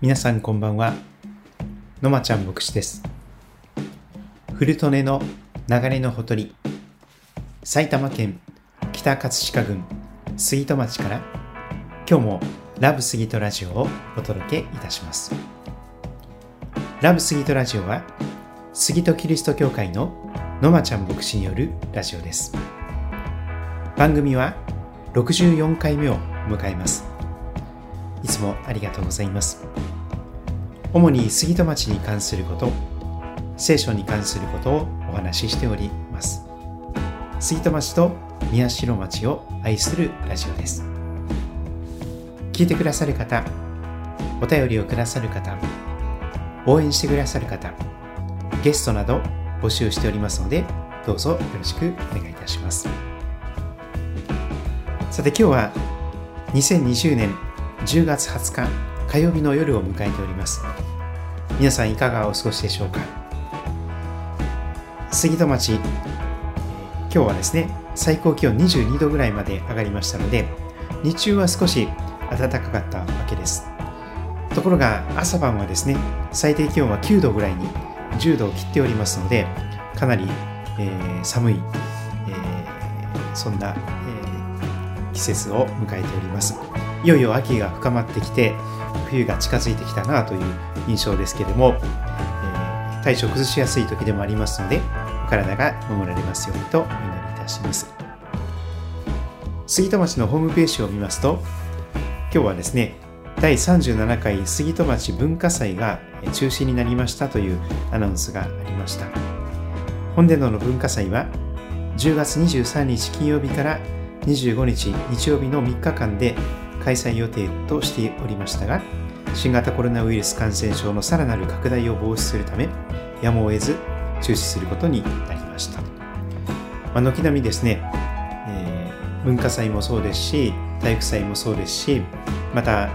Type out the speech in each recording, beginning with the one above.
皆さんこんばんは。のまちゃん牧師です。古利根の流れのほとり、埼玉県北葛飾郡杉戸町から今日もラブ杉戸ラジオをお届けいたします。ラブ杉戸ラジオは杉戸キリスト教会ののまちゃん牧師によるラジオです。番組は64回目を迎えます。いつもありがとうございます。主に杉戸町に関すること、聖書に関することをお話ししております。杉戸町と宮代町を愛するラジオです。聞いてくださる方、お便りをくださる方、応援してくださる方、ゲストなど募集しておりますので、どうぞよろしくお願いいたします。さて今日は2020年10月20日火曜日の夜を迎えております。皆さんいかがお過ごしでしょうか。杉戸町、今日はですね、最高気温22度ぐらいまで上がりましたので、日中は少し暖かかったわけです。ところが朝晩はですね、最低気温は9度ぐらいに10度を切っておりますので、かなり、寒い、そんな、季節を迎えております。いよいよ秋が深まってきて冬が近づいてきたなという印象ですけれども、体調崩しやすい時でもありますので、お体が守られますようにとお祈りいたします。杉戸町のホームページを見ますと、今日はですね、第37回杉戸町文化祭が中止になりましたというアナウンスがありました。本年度の文化祭は10月23日金曜日から25日日曜日の3日間で開催予定としておりましたが、新型コロナウイルス感染症のさらなる拡大を防止するため、やむを得ず中止することになりました。軒並みですね、文化祭もそうですし、体育祭もそうですし、また、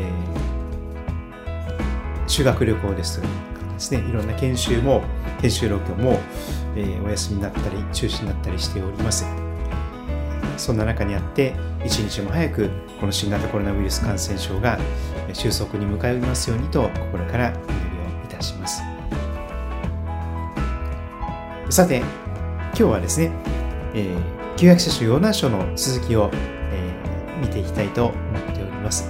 修学旅行ですとかですね、いろんな研修旅行も、お休みになったり中止になったりしております。そんな中にあって、一日も早くこの新型コロナウイルス感染症が収束に向かいますようにと心からお祈りをいたします。さて、今日はですね、旧約聖書ヨナ書の続きを、見ていきたいと思っております。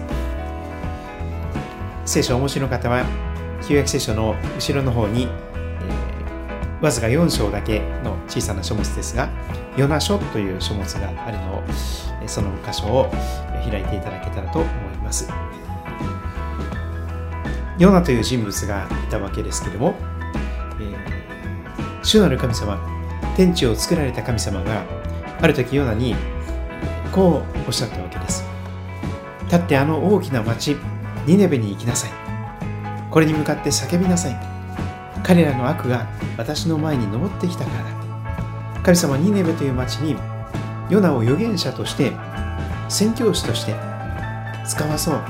聖書をお持ちの方は、旧約聖書の後ろの方に、わずか4章だけの小さな書物ですが、ヨナ書という書物があるのを、その箇所を開いていただけたらと思います。ヨナという人物がいたわけですけれども、主なる神様、天地を作られた神様がある時ヨナにこうおっしゃったわけです。立ってあの大きな町ニネベに行きなさい。これに向かって叫びなさい。彼らの悪が私の前に登ってきたからだ。神様はニネベという町にヨナを預言者として宣教師として使わそう。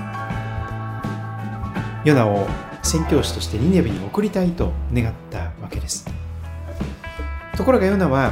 ヨナを宣教師としてニネベに送りたいと願ったわけです。ところがヨナは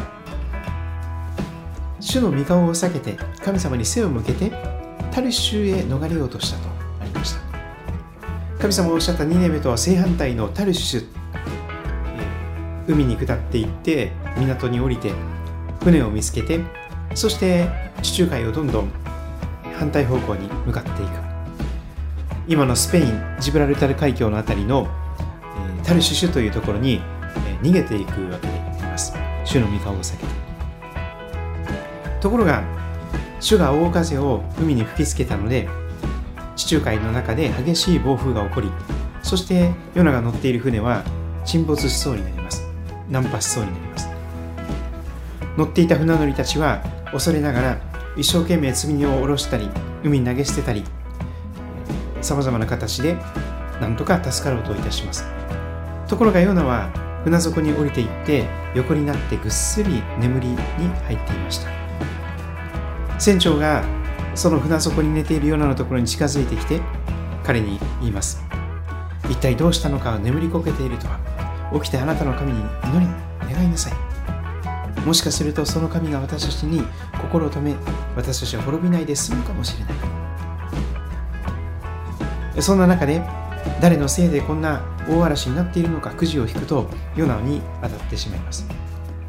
主の御顔を避けて神様に背を向けてタルシュへ逃れようとしたとありました。神様がおっしゃったニネベとは正反対のタルシュ、海に下っていって港に降りて船を見つけて、そして地中海をどんどん反対方向に向かっていく。今のスペインジブラルタル海峡のあたりのタルシュシュというところに逃げていくわけであります。主の御顔を避けて。ところが主が大風を海に吹きつけたので、地中海の中で激しい暴風が起こり、そしてヨナが乗っている船は沈没しそうになります。難破しそうになります。乗っていた船乗りたちは恐れながら一生懸命積み荷を下ろしたり海に投げ捨てたり、さまざまな形で何とか助かろうといたします。ところがヨナは船底に降りていって横になってぐっすり眠りに入っていました。船長がその船底に寝ているヨナのところに近づいてきて彼に言います。一体どうしたのか眠りこけているとは。起きてあなたの神に祈り願いなさい。もしかするとその神が私たちに心を止め、私たちは滅びないで済むかもしれない。そんな中で誰のせいでこんな大嵐になっているのかくじを引くとヨナに当たってしまいます。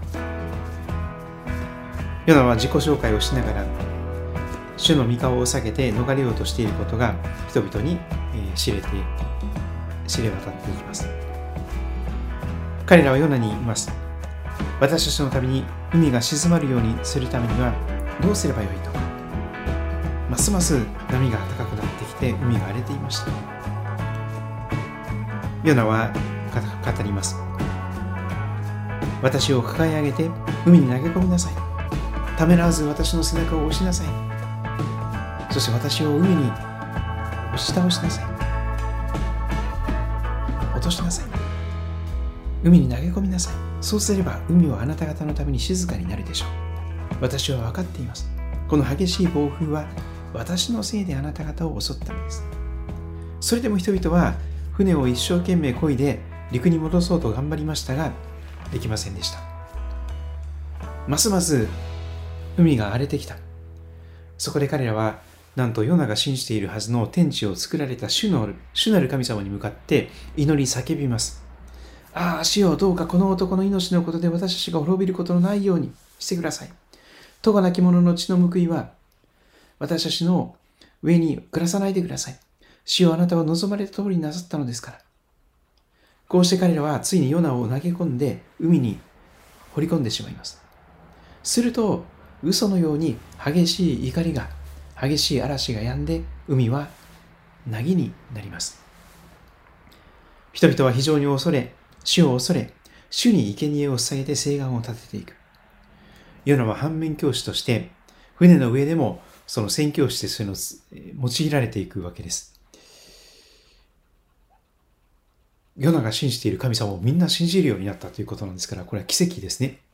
ヨナは自己紹介をしながら主の御顔を避けて逃れようとしていることが人々に知れ渡っていきます。彼らはヨナに言います。私たちのために海が静まるようにするためにはどうすればよいと。ますます波が高くなってきて海が荒れていました。ヨナは語ります。私を抱え上げて海に投げ込みなさい。ためらわず私の背中を押しなさい。そして私を海に押し倒しなさい。落としなさい。海に投げ込みなさい。そうすれば海はあなた方のために静かになるでしょう。私は分かっています。この激しい暴風は私のせいであなた方を襲ったのです。それでも人々は船を一生懸命漕いで陸に戻そうと頑張りましたが、できませんでした。ますます海が荒れてきた。そこで彼らはなんとヨナが信じているはずの天地を作られた主なる神様に向かって祈り叫びます。ああ、主よ、どうかこの男の命のことで私たちが滅びることのないようにしてください。咎なき者の血の報いは私たちの上に下さないでください。主よ、あなたは望まれた通りになさったのですから。こうして彼らはついにヨナを投げ込んで海に放り込んでしまいます。すると嘘のように激しい怒りが、激しい嵐が止んで海は凪になります。人々は非常に恐れ、主を恐れ、主に生贄を捧げて誓願を立てていく。ヨナは反面教師として船の上でもその宣教師でそういうのを用いられていくわけです。ヨナが信じている神様をみんな信じるようになったということなんですから、これは奇跡ですね。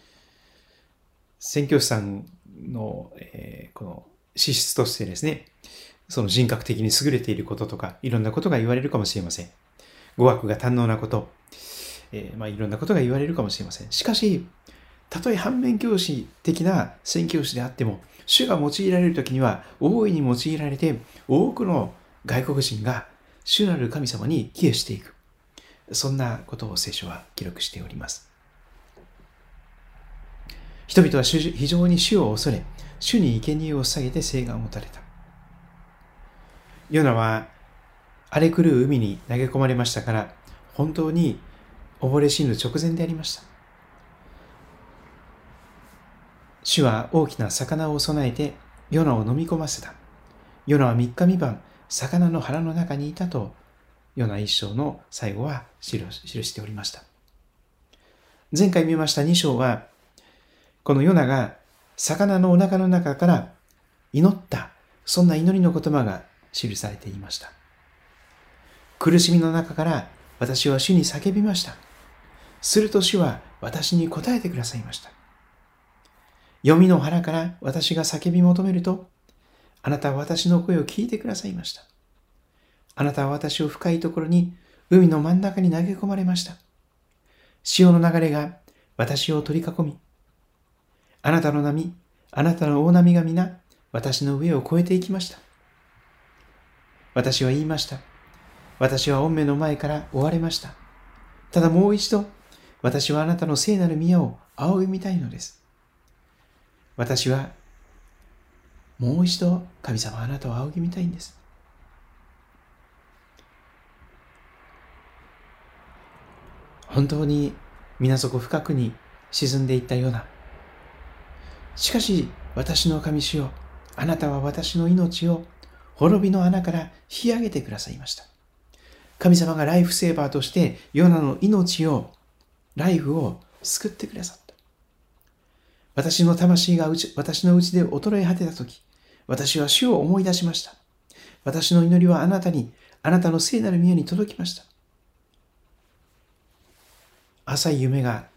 宣教師さんの、この資質としてですね、その人格的に優れていることとか、いろんなことが言われるかもしれません。語学が堪能なこと、いろんなことが言われるかもしれません。しかし、たとえ反面教師的な宣教師であっても、主が用いられるときには大いに用いられて、多くの外国人が主なる神様に帰依していく。そんなことを聖書は記録しております。人々は非常に主を恐れ、主に生贄を捧げて誓願を立てた。ヨナは荒れ狂う海に投げ込まれましたから、本当に溺れ死ぬ直前でありました。主は大きな魚を備えてヨナを飲み込ませた。ヨナは3日3晩魚の腹の中にいたとヨナ一章の最後は記しておりました。前回見ました2章はこのヨナが魚のお腹の中から祈った、そんな祈りの言葉が記されていました。苦しみの中から私は主に叫びました。すると主は私に答えてくださいました。黄泉の腹から私が叫び求めると、あなたは私の声を聞いてくださいました。あなたは私を深いところに海の真ん中に投げ込まれました。潮の流れが私を取り囲み、あなたの波、あなたの大波が皆私の上を越えていきました。私は言いました。私は御目の前から追われました。ただもう一度、私はあなたの聖なる宮を仰ぎ見たいのです。私はもう一度神様あなたを仰ぎ見たいんです。本当に水底深くに沈んでいったような。しかし私の神主よ、あなたは私の命を滅びの穴から引き上げてくださいました。神様がライフセーバーとしてヨナの命を、ライフを救ってくださった。私の魂が私の内で衰え果てたとき、私は主を思い出しました。私の祈りはあなたの聖なる宮に届きました。浅い夢が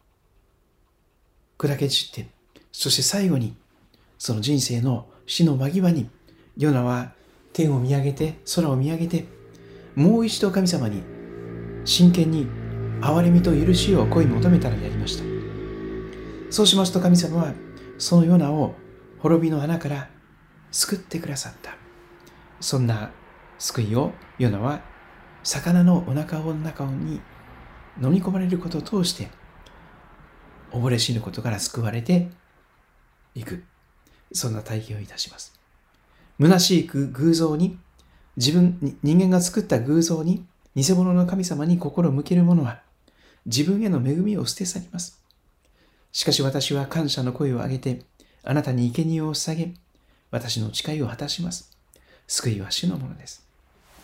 砕け散って、そして最後にその人生の死の間際にヨナは天を見上げて、空を見上げて、もう一度神様に真剣に憐れみと許しを恋求めたらやりました。そうしますと神様はそのヨナを滅びの穴から救ってくださった。そんな救いをヨナは魚のお腹の中に飲み込まれることを通して、溺れ死ぬことから救われていく。そんな体験をいたします。虚しい偶像に、人間が作った偶像に、偽物の神様に心を向ける者は、自分への恵みを捨て去ります。しかし私は感謝の声を上げて、あなたに生贄を捧げ、私の誓いを果たします。救いは主のものです。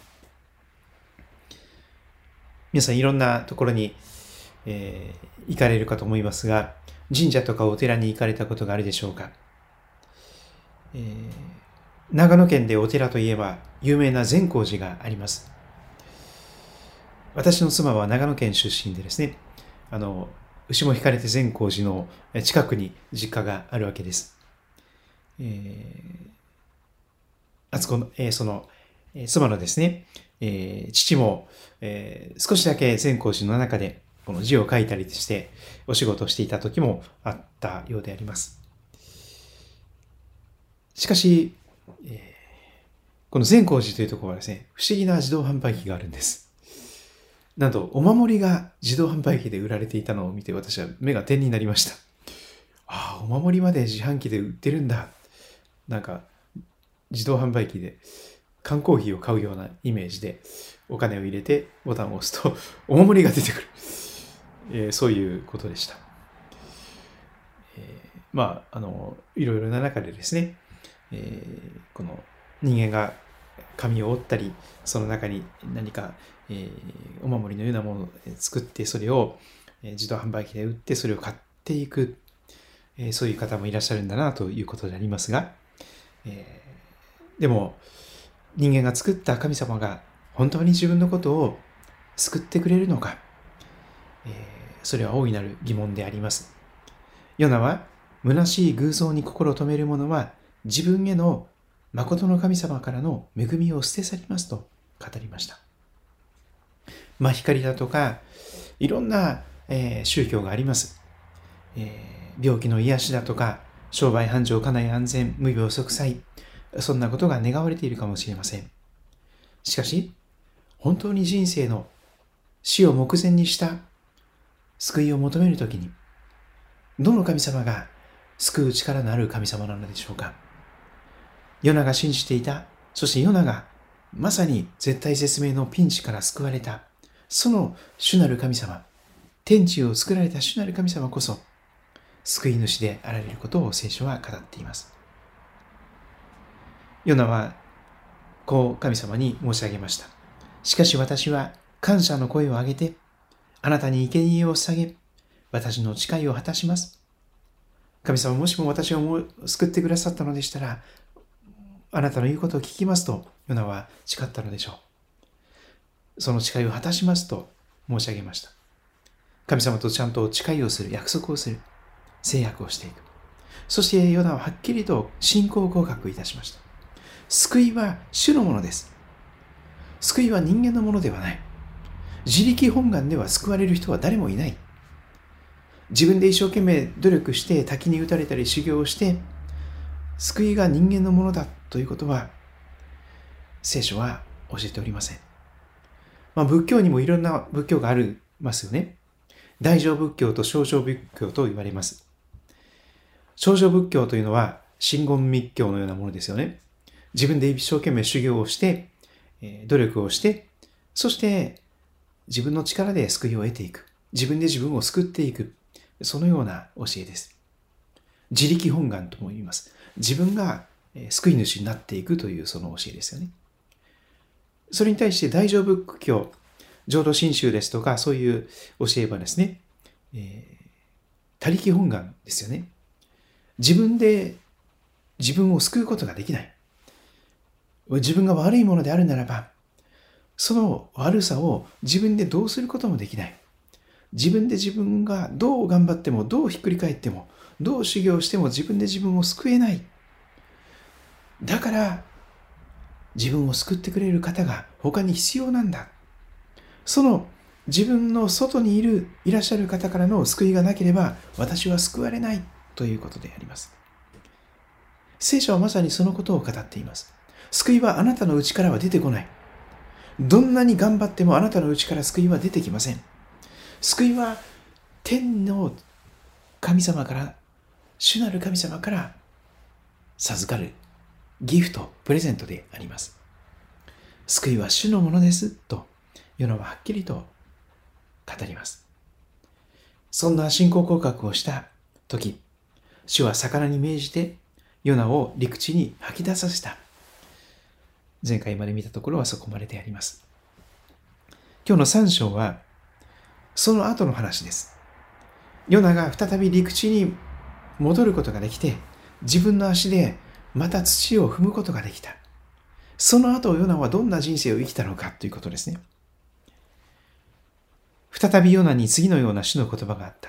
皆さんいろんなところに、行かれるかと思いますが、神社とかお寺に行かれたことがあるでしょうか。長野県でお寺といえば有名な善光寺があります。私の妻は長野県出身でですね、牛も引かれて善光寺の近くに実家があるわけです。その妻のですね、父も、少しだけ善光寺の中でこの字を書いたりしてお仕事をしていた時もあったようであります。しかし、この善光寺というところはですね、不思議な自動販売機があるんです。なんとお守りが自動販売機で売られていたのを見て、私は目が点になりました。ああ、お守りまで自販機で売ってるんだ。なんか自動販売機で缶コーヒーを買うようなイメージでお金を入れてボタンを押すとお守りが出てくる、そういうことでした。いろいろな中でですね、この人間が紙を折ったり、その中に何か、お守りのようなものを作って、それを自動販売機で売ってそれを買っていく、そういう方もいらっしゃるんだなということでありますが、でも人間が作った神様が本当に自分のことを救ってくれるのか、それは大いなる疑問であります。ヨナは虚しい偶像に心を留める者は自分への誠の神様からの恵みを捨て去りますと語りました。光だとかいろんな、宗教があります。病気の癒しだとか商売繁盛、家内安全、無病息災、そんなことが願われているかもしれません。しかし本当に人生の死を目前にした救いを求めるときに、どの神様が救う力のある神様なのでしょうか。ヨナが信じていた、そしてヨナがまさに絶体絶命のピンチから救われた、その主なる神様、天地を作られた主なる神様こそ救い主であられることを聖書は語っています。ヨナはこう神様に申し上げました。しかし私は感謝の声を上げて、あなたに生贄を捧げ、私の誓いを果たします。神様、もしも私を救ってくださったのでしたら、あなたの言うことを聞きますと、ヨナは誓ったのでしょう。その誓いを果たしますと申し上げました。神様とちゃんと誓いをする、約束をする、誓約をしていく。そしてヨナははっきりと信仰告白いたしました。救いは主のものです。救いは人間のものではない。自力本願では救われる人は誰もいない。自分で一生懸命努力して滝に打たれたり修行をして、救いが人間のものだということは聖書は教えておりません。仏教にもいろんな仏教がありますよね。大乗仏教と小乗仏教と言われます。小乗仏教というのは真言密教のようなものですよね。自分で一生懸命修行をして、努力をして、そして自分の力で救いを得ていく。自分で自分を救っていく。そのような教えです。自力本願とも言います。自分が救い主になっていくというその教えですよね。それに対して大乗仏教、浄土真宗ですとかそういう教えはですね、他力本願ですよね。自分で自分を救うことができない。自分が悪いものであるならば、その悪さを自分でどうすることもできない。自分で自分がどう頑張っても、どうひっくり返っても、どう修行しても自分で自分を救えない。だから自分を救ってくれる方が他に必要なんだ。その自分の外にいらっしゃる方からの救いがなければ私は救われないということであります。聖書はまさにそのことを語っています。救いはあなたの内からは出てこない。 どんなに頑張ってもあなたのうちから救いは出てきません。救いは天の神様から、主なる神様から授かるギフト、プレゼントであります。救いは主のものですとヨナははっきりと語ります。そんな信仰告白をしたとき、主は魚に命じてヨナを陸地に吐き出させた。前回まで見たところはそこまでであります。今日の3章はその後の話です。ヨナが再び陸地に戻ることができて、自分の足でまた土を踏むことができた。その後ヨナはどんな人生を生きたのかということですね。再びヨナに次のような主の言葉があった。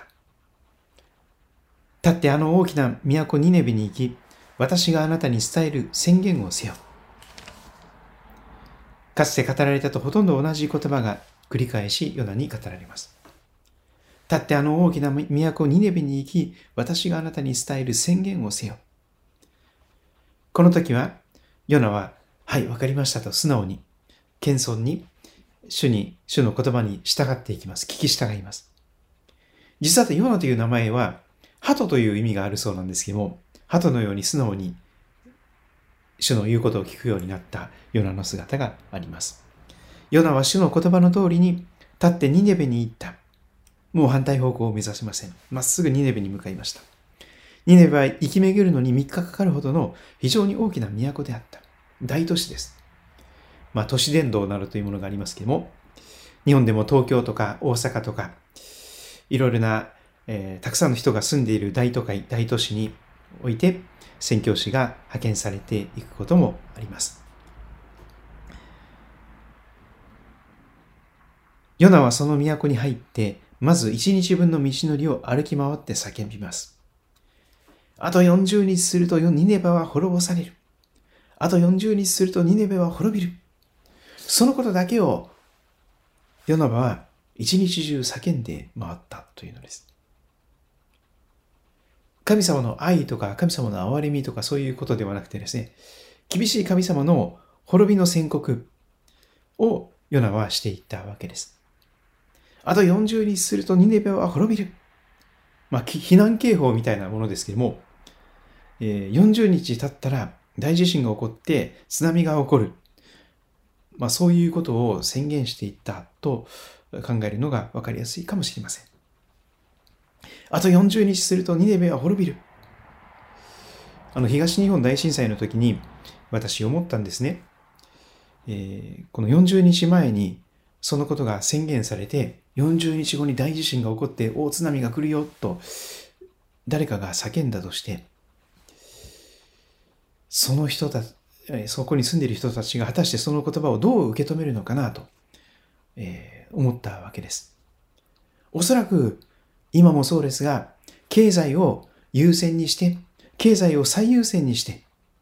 立ってあの大きな都ニネベに行き、私があなたに伝える宣言をせよ。かつて語られたとほとんど同じ言葉が繰り返しヨナに語られます。立ってあの大きな都ニネベに行き、私があなたに伝える宣言をせよ。この時はヨナは、はい、わかりましたと素直に、謙遜に、主の言葉に従っていきます。聞き従います。実はヨナという名前は、鳩という意味があるそうなんですけども、鳩のように素直に主の言うことを聞くようになったヨナの姿があります。ヨナは主の言葉の通りに立ってニネベに行った。もう反対方向を目指しません。まっすぐニネベに向かいました。ニネベは生き巡るのに3日かかるほどの非常に大きな都であった。大都市です。都市伝道などというものがありますけども、日本でも東京とか大阪とか、いろいろな、たくさんの人が住んでいる大都会、大都市において、宣教師が派遣されていくこともあります。ヨナはその都に入って、まず1日分の道のりを歩き回って叫びます。あと40日するとニネベは滅ぼされる。あと40日するとニネベは滅びる。そのことだけをヨナは一日中叫んで回ったというのです。神様の愛とか神様の憐れみとかそういうことではなくてですね、厳しい神様の滅びの宣告をヨナはしていったわけです。あと40日するとニネベは滅びる。避難警報みたいなものですけども、40日経ったら大地震が起こって津波が起こる。そういうことを宣言していったと考えるのが分かりやすいかもしれません。あと40日するとニネベは滅びる。東日本大震災の時に私思ったんですね。この40日前にそのことが宣言されて、40日後に大地震が起こって大津波が来るよと誰かが叫んだとして、そこに住んでいる人たちが果たしてその言葉をどう受け止めるのかなと、思ったわけです。おそらく今もそうですが、経済を優先にして、経済を最優先にして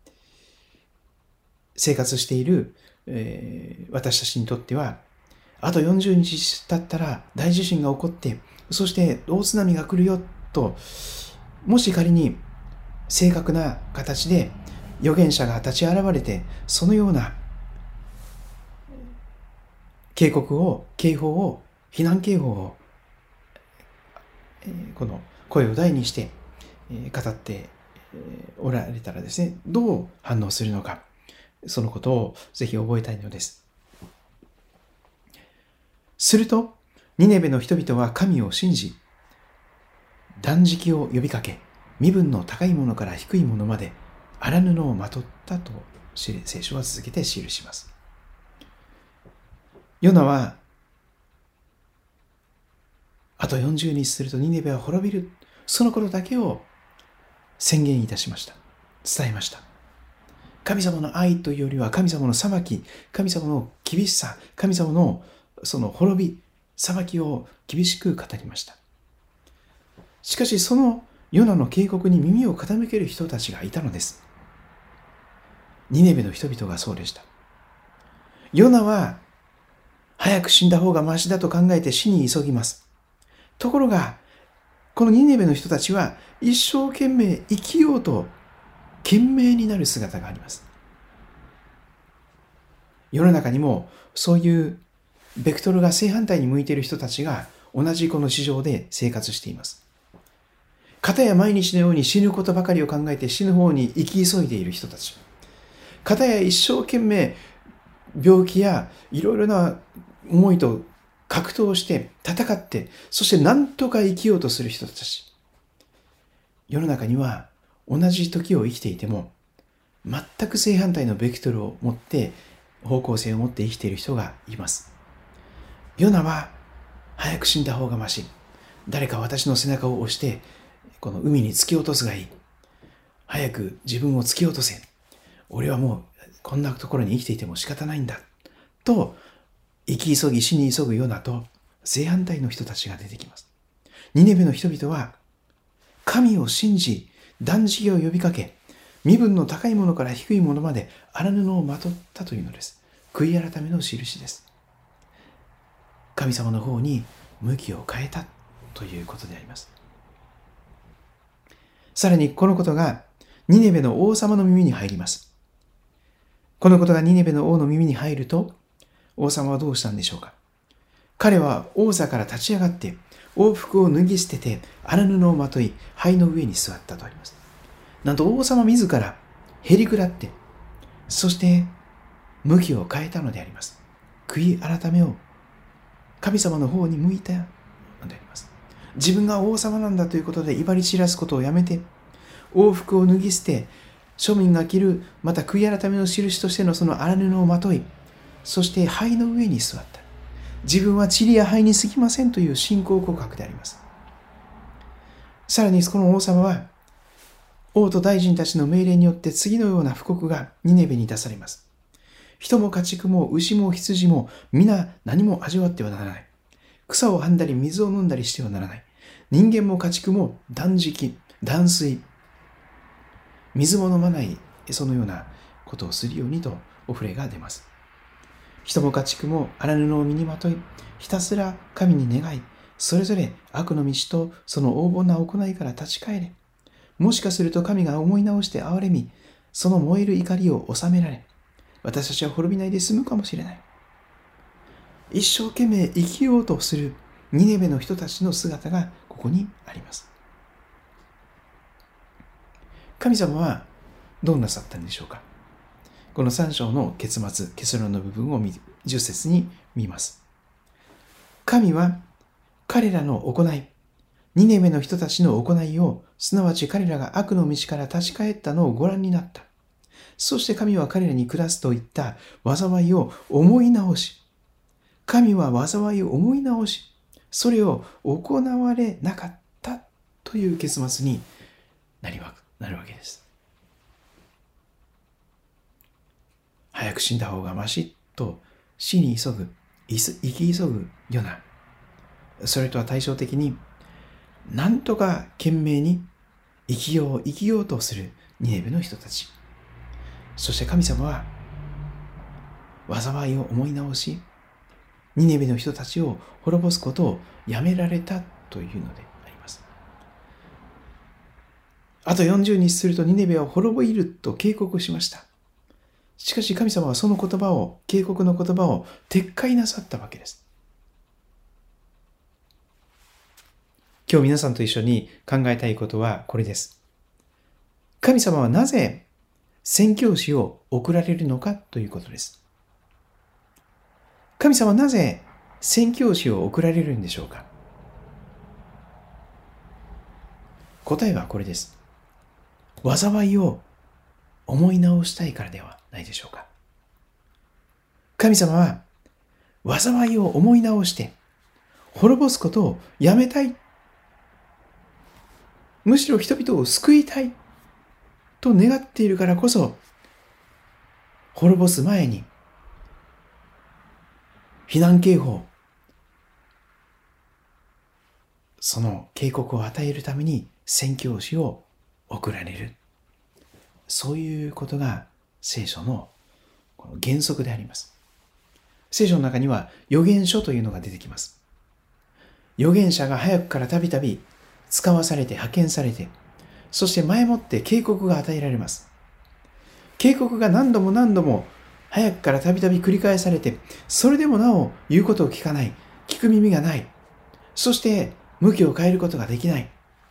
生活している、私たちにとっては、あと40日経ったら大地震が起こって、そして大津波が来るよと、もし仮に正確な形で預言者が立ち現れて、そのような警告を、警報を、避難警報を、この声を大にして語っておられたらですね、どう反応するのか、そのことをぜひ覚えたいのです。すると、ニネベの人々は神を信じ、断食を呼びかけ、身分の高いものから低いものまで荒布をまとったと聖書は続けて記します。ヨナは、あと40日するとニネベは滅びる。そのことだけを宣言いたしました。伝えました。神様の愛というよりは神様の裁き、神様の厳しさ、神様のその滅び、裁きを厳しく語りました。しかしそのヨナの警告に耳を傾ける人たちがいたのです。ニネベの人々がそうでした。ヨナは早く死んだ方がましだと考えて死に急ぎます。ところが、このニネベの人たちは一生懸命生きようと懸命になる姿があります。 世の中にもそういうベクトルが正反対に向いている人たちが同じこの市場で生活しています。片や毎日のように死ぬことばかりを考えて死ぬ方に生き急いでいる人たち。片や一生懸命病気やいろいろな思いと格闘して戦って、そして何とか生きようとする人たち。世の中には同じ時を生きていても全く正反対のベクトルを持って方向性を持って生きている人がいます。ヨナは早く死んだ方がまし。誰か私の背中を押してこの海に突き落とすがいい。早く自分を突き落とせ。俺はもうこんなところに生きていても仕方ないんだ。と生き急ぎ死に急ぐヨナと正反対の人たちが出てきます。ニネベの人々は神を信じ断食を呼びかけ、身分の高いものから低いものまで荒布をまとったというのです。悔い改めの印です。神様の方に向きを変えたということであります。さらにこのことがニネベの王様の耳に入ります。このことがニネベの王の耳に入ると、王様はどうしたんでしょうか。彼は王座から立ち上がって王服を脱ぎ捨てて荒布をまとい灰の上に座ったとあります。なんと王様自らへりくだって、そして向きを変えたのであります。悔い改めを神様の方に向いたのであります。自分が王様なんだということで威張り散らすことをやめて、王服を脱ぎ捨て、庶民が着るまた悔い改めの印としてのその荒布をまとい、そして灰の上に座った。自分は塵や灰に過ぎませんという信仰告白であります。さらにこの王様は王と大臣たちの命令によって次のような布告がニネベに出されます。人も家畜も牛も羊も皆何も味わってはならない。草をはんだり水を飲んだりしてはならない。人間も家畜も断食、断水、水も飲まない、そのようなことをするようにとお触れが出ます。人も家畜も荒布を身にまとい、ひたすら神に願い、それぞれ悪の道とその横暴な行いから立ち返れ。もしかすると神が思い直して憐れみ、その燃える怒りを収められ、私たちは滅びないで済むかもしれない。一生懸命生きようとするニネベの人たちの姿がここにあります。神様はどうなさったんでしょうか。この3章の結論の部分を10節に見ます。神は彼らの行い、ニネベの人たちの行いを、すなわち彼らが悪の道から立ち返ったのをご覧になった。そして神は彼らに下すといった災いを思い直し、神は災いを思い直し、それを行われなかったという結末になるわけです。早く死んだ方がましと死に急ぐ、生き急ぐヨナ。それとは対照的に、なんとか懸命に生きようとするニネベの人たち。そして神様は災いを思い直し、ニネベの人たちを滅ぼすことをやめられたというのであります。あと40日するとニネベは滅びると警告しました。しかし神様はその言葉を、警告の言葉を撤回なさったわけです。今日皆さんと一緒に考えたいことはこれです。神様はなぜ宣教師を送られるのかということです。神様はなぜ宣教師を送られるんでしょうか。答えはこれです。災いを思い直したいからではないでしょうか。神様は災いを思い直して滅ぼすことをやめたい。むしろ人々を救いたいと願っているからこそ、滅ぼす前に避難警報、その警告を与えるために宣教師を送られる。そういうことが聖書の原則であります。聖書の中には預言書というのが出てきます。預言者が早くからたびたび使わされて派遣されて、そして前もって警告が与えられます。警告が何度も早くからたびたび繰り返されて、それでもなお言うことを聞かない、聞く耳がない、そして向きを変えることができない。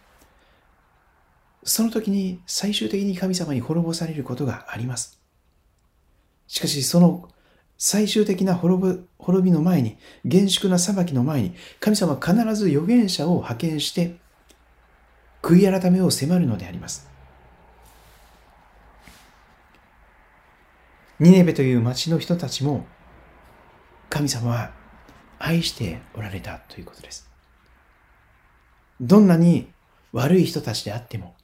その時に最終的に神様に滅ぼされることがあります。しかしその最終的な滅びの前に、厳粛な裁きの前に、神様は必ず預言者を派遣して、悔い改めを迫るのであります。ニネベという町の人たちも、神様は愛しておられたということです。どんなに悪い人たちであっても、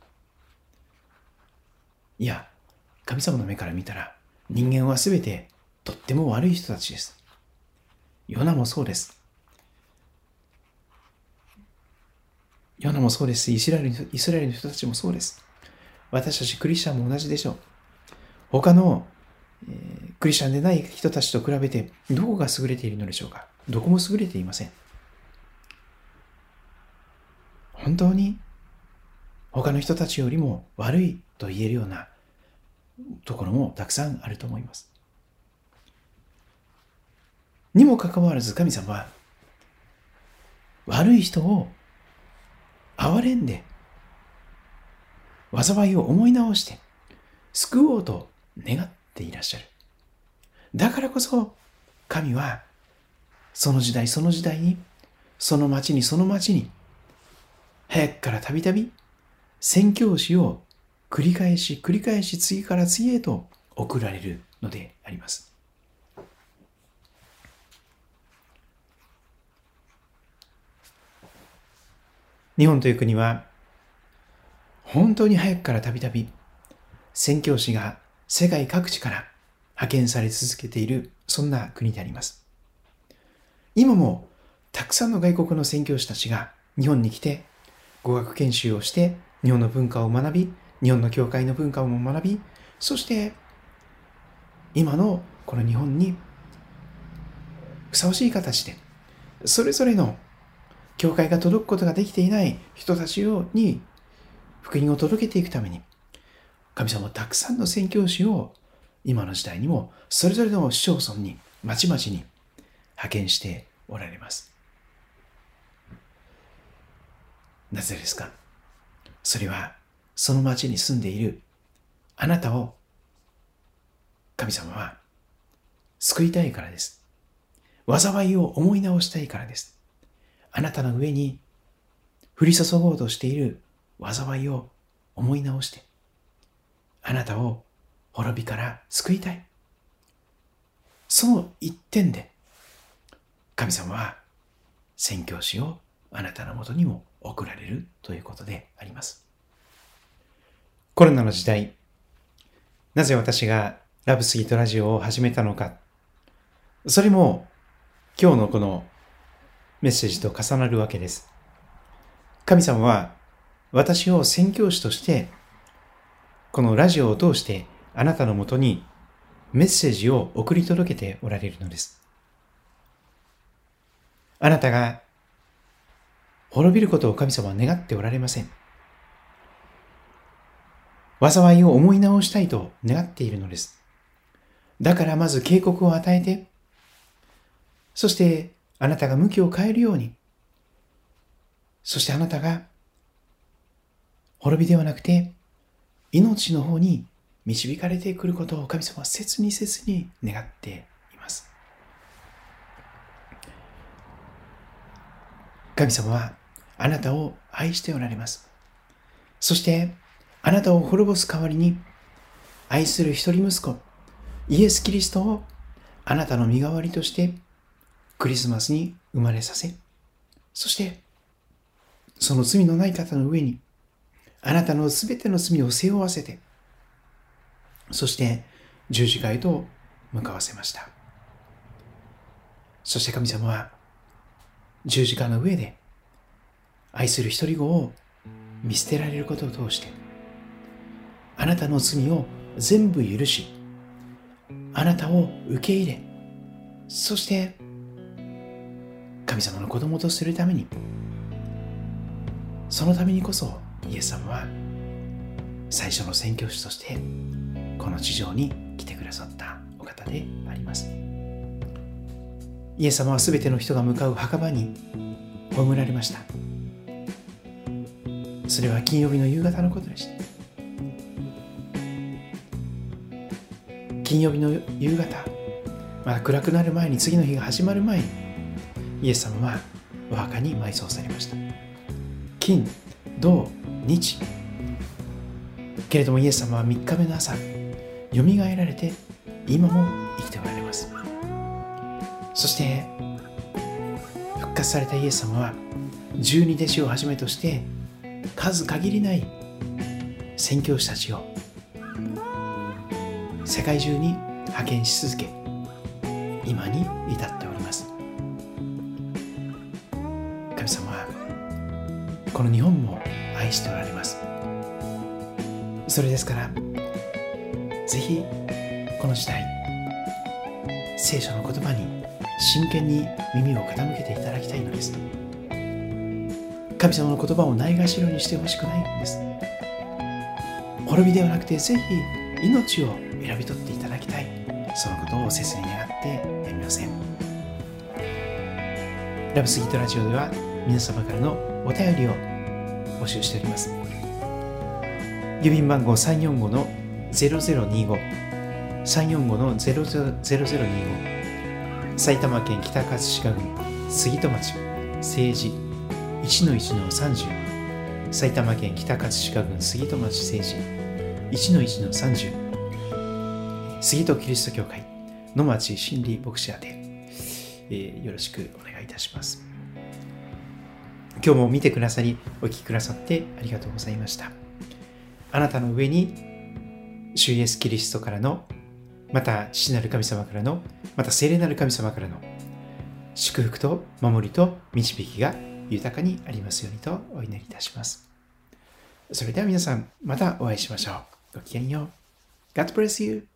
いや、神様の目から見たら、人間はすべてとっても悪い人たちです。ヨナもそうです。ヨナもそうです。イスラエルの人たちもそうです。私たちクリスチャンも同じでしょう。他の、クリスチャンでない人たちと比べてどこが優れているのでしょうか。どこも優れていません。本当に他の人たちよりも悪いと言えるようなところもたくさんあると思います。にもかかわらず神様は悪い人を憐れんで災いを思い直して救おうと願っていらっしゃる。だからこそ神はその時代その時代にその町に早くからたびたび宣教師を繰り返し次から次へと送られるのであります。日本という国は本当に早くからたびたび宣教師が世界各地から派遣され続けている、そんな国であります。今もたくさんの外国の宣教師たちが日本に来て語学研修をして日本の文化を学び、日本の教会の文化を学び、そして今のこの日本にふさわしい形でそれぞれの教会が届くことができていない人たちに福音を届けていくために、神様はたくさんの宣教師を今の時代にもそれぞれの市町村に町々に派遣しておられます。なぜですか？それはその町に住んでいるあなたを神様は救いたいからです。災いを思い直したいからです。あなたの上に降り注ごうとしている災いを思い直して、あなたを滅びから救いたい。その一点で、神様は宣教師をあなたのもとにも送られるということであります。コロナの時代、なぜ私がラブスギートラジオを始めたのか、それも今日のこのメッセージと重なるわけです。神様は私を宣教師としてこのラジオを通してあなたのもとにメッセージを送り届けておられるのです。あなたが滅びることを神様は願っておられません。災いを思い直したいと願っているのです。だからまず警告を与えて、そしてあなたが向きを変えるように、そしてあなたが滅びではなくて命の方に導かれてくることを神様は切に願っています。神様はあなたを愛しておられます。そしてあなたを滅ぼす代わりに愛する一人息子イエス・キリストをあなたの身代わりとしてクリスマスに生まれさせ、そしてその罪のない方の上にあなたのすべての罪を背負わせて、そして十字架へと向かわせました。そして神様は十字架の上で愛する一人子を見捨てられることを通してあなたの罪を全部許し、あなたを受け入れ、そして神様の子供とするために、そのためにこそイエス様は最初の宣教師としてこの地上に来てくださったお方方であります。イエス様はすべての人が向かう墓場に葬られました。それは金曜日の夕方のことでした。金曜日の夕方、まだ暗くなる前に、次の日が始まる前に、イエス様はお墓に埋葬されました。金、土、日。けれどもイエス様は3日目の朝、よみがえられて、今も生きておられます。そして、復活されたイエス様は、12弟子をはじめとして、数限りない宣教師たちを世界中に派遣し続け、今に至っております。神様はこの日本も愛しておられます。それですから、ぜひこの時代、聖書の言葉に真剣に耳を傾けていただきたいのです。神様の言葉をないがしろにしてほしくないんです。滅びではなくて、ぜひ命を選び取っていただきたい。そのことを切に願ってやみません。ラブスギートラジオでは皆様からのお便りを募集しております。郵便番号 345-0025 345-0025、埼玉県北葛飾郡杉戸町西寺 1-1-30、 埼玉県北葛飾郡杉戸町西寺 1-1-30、 杉戸キリスト教会野町真理牧師宛て、よろしくお願いいたします。今日も見てくださり、お聞きくださってありがとうございました。あなたの上に主イエスキリストからの、また父なる神様からの、また聖霊なる神様からの祝福と守りと導きが豊かにありますようにとお祈りいたします。それでは皆さん、またお会いしましょう。ごきげんよう。God bless you.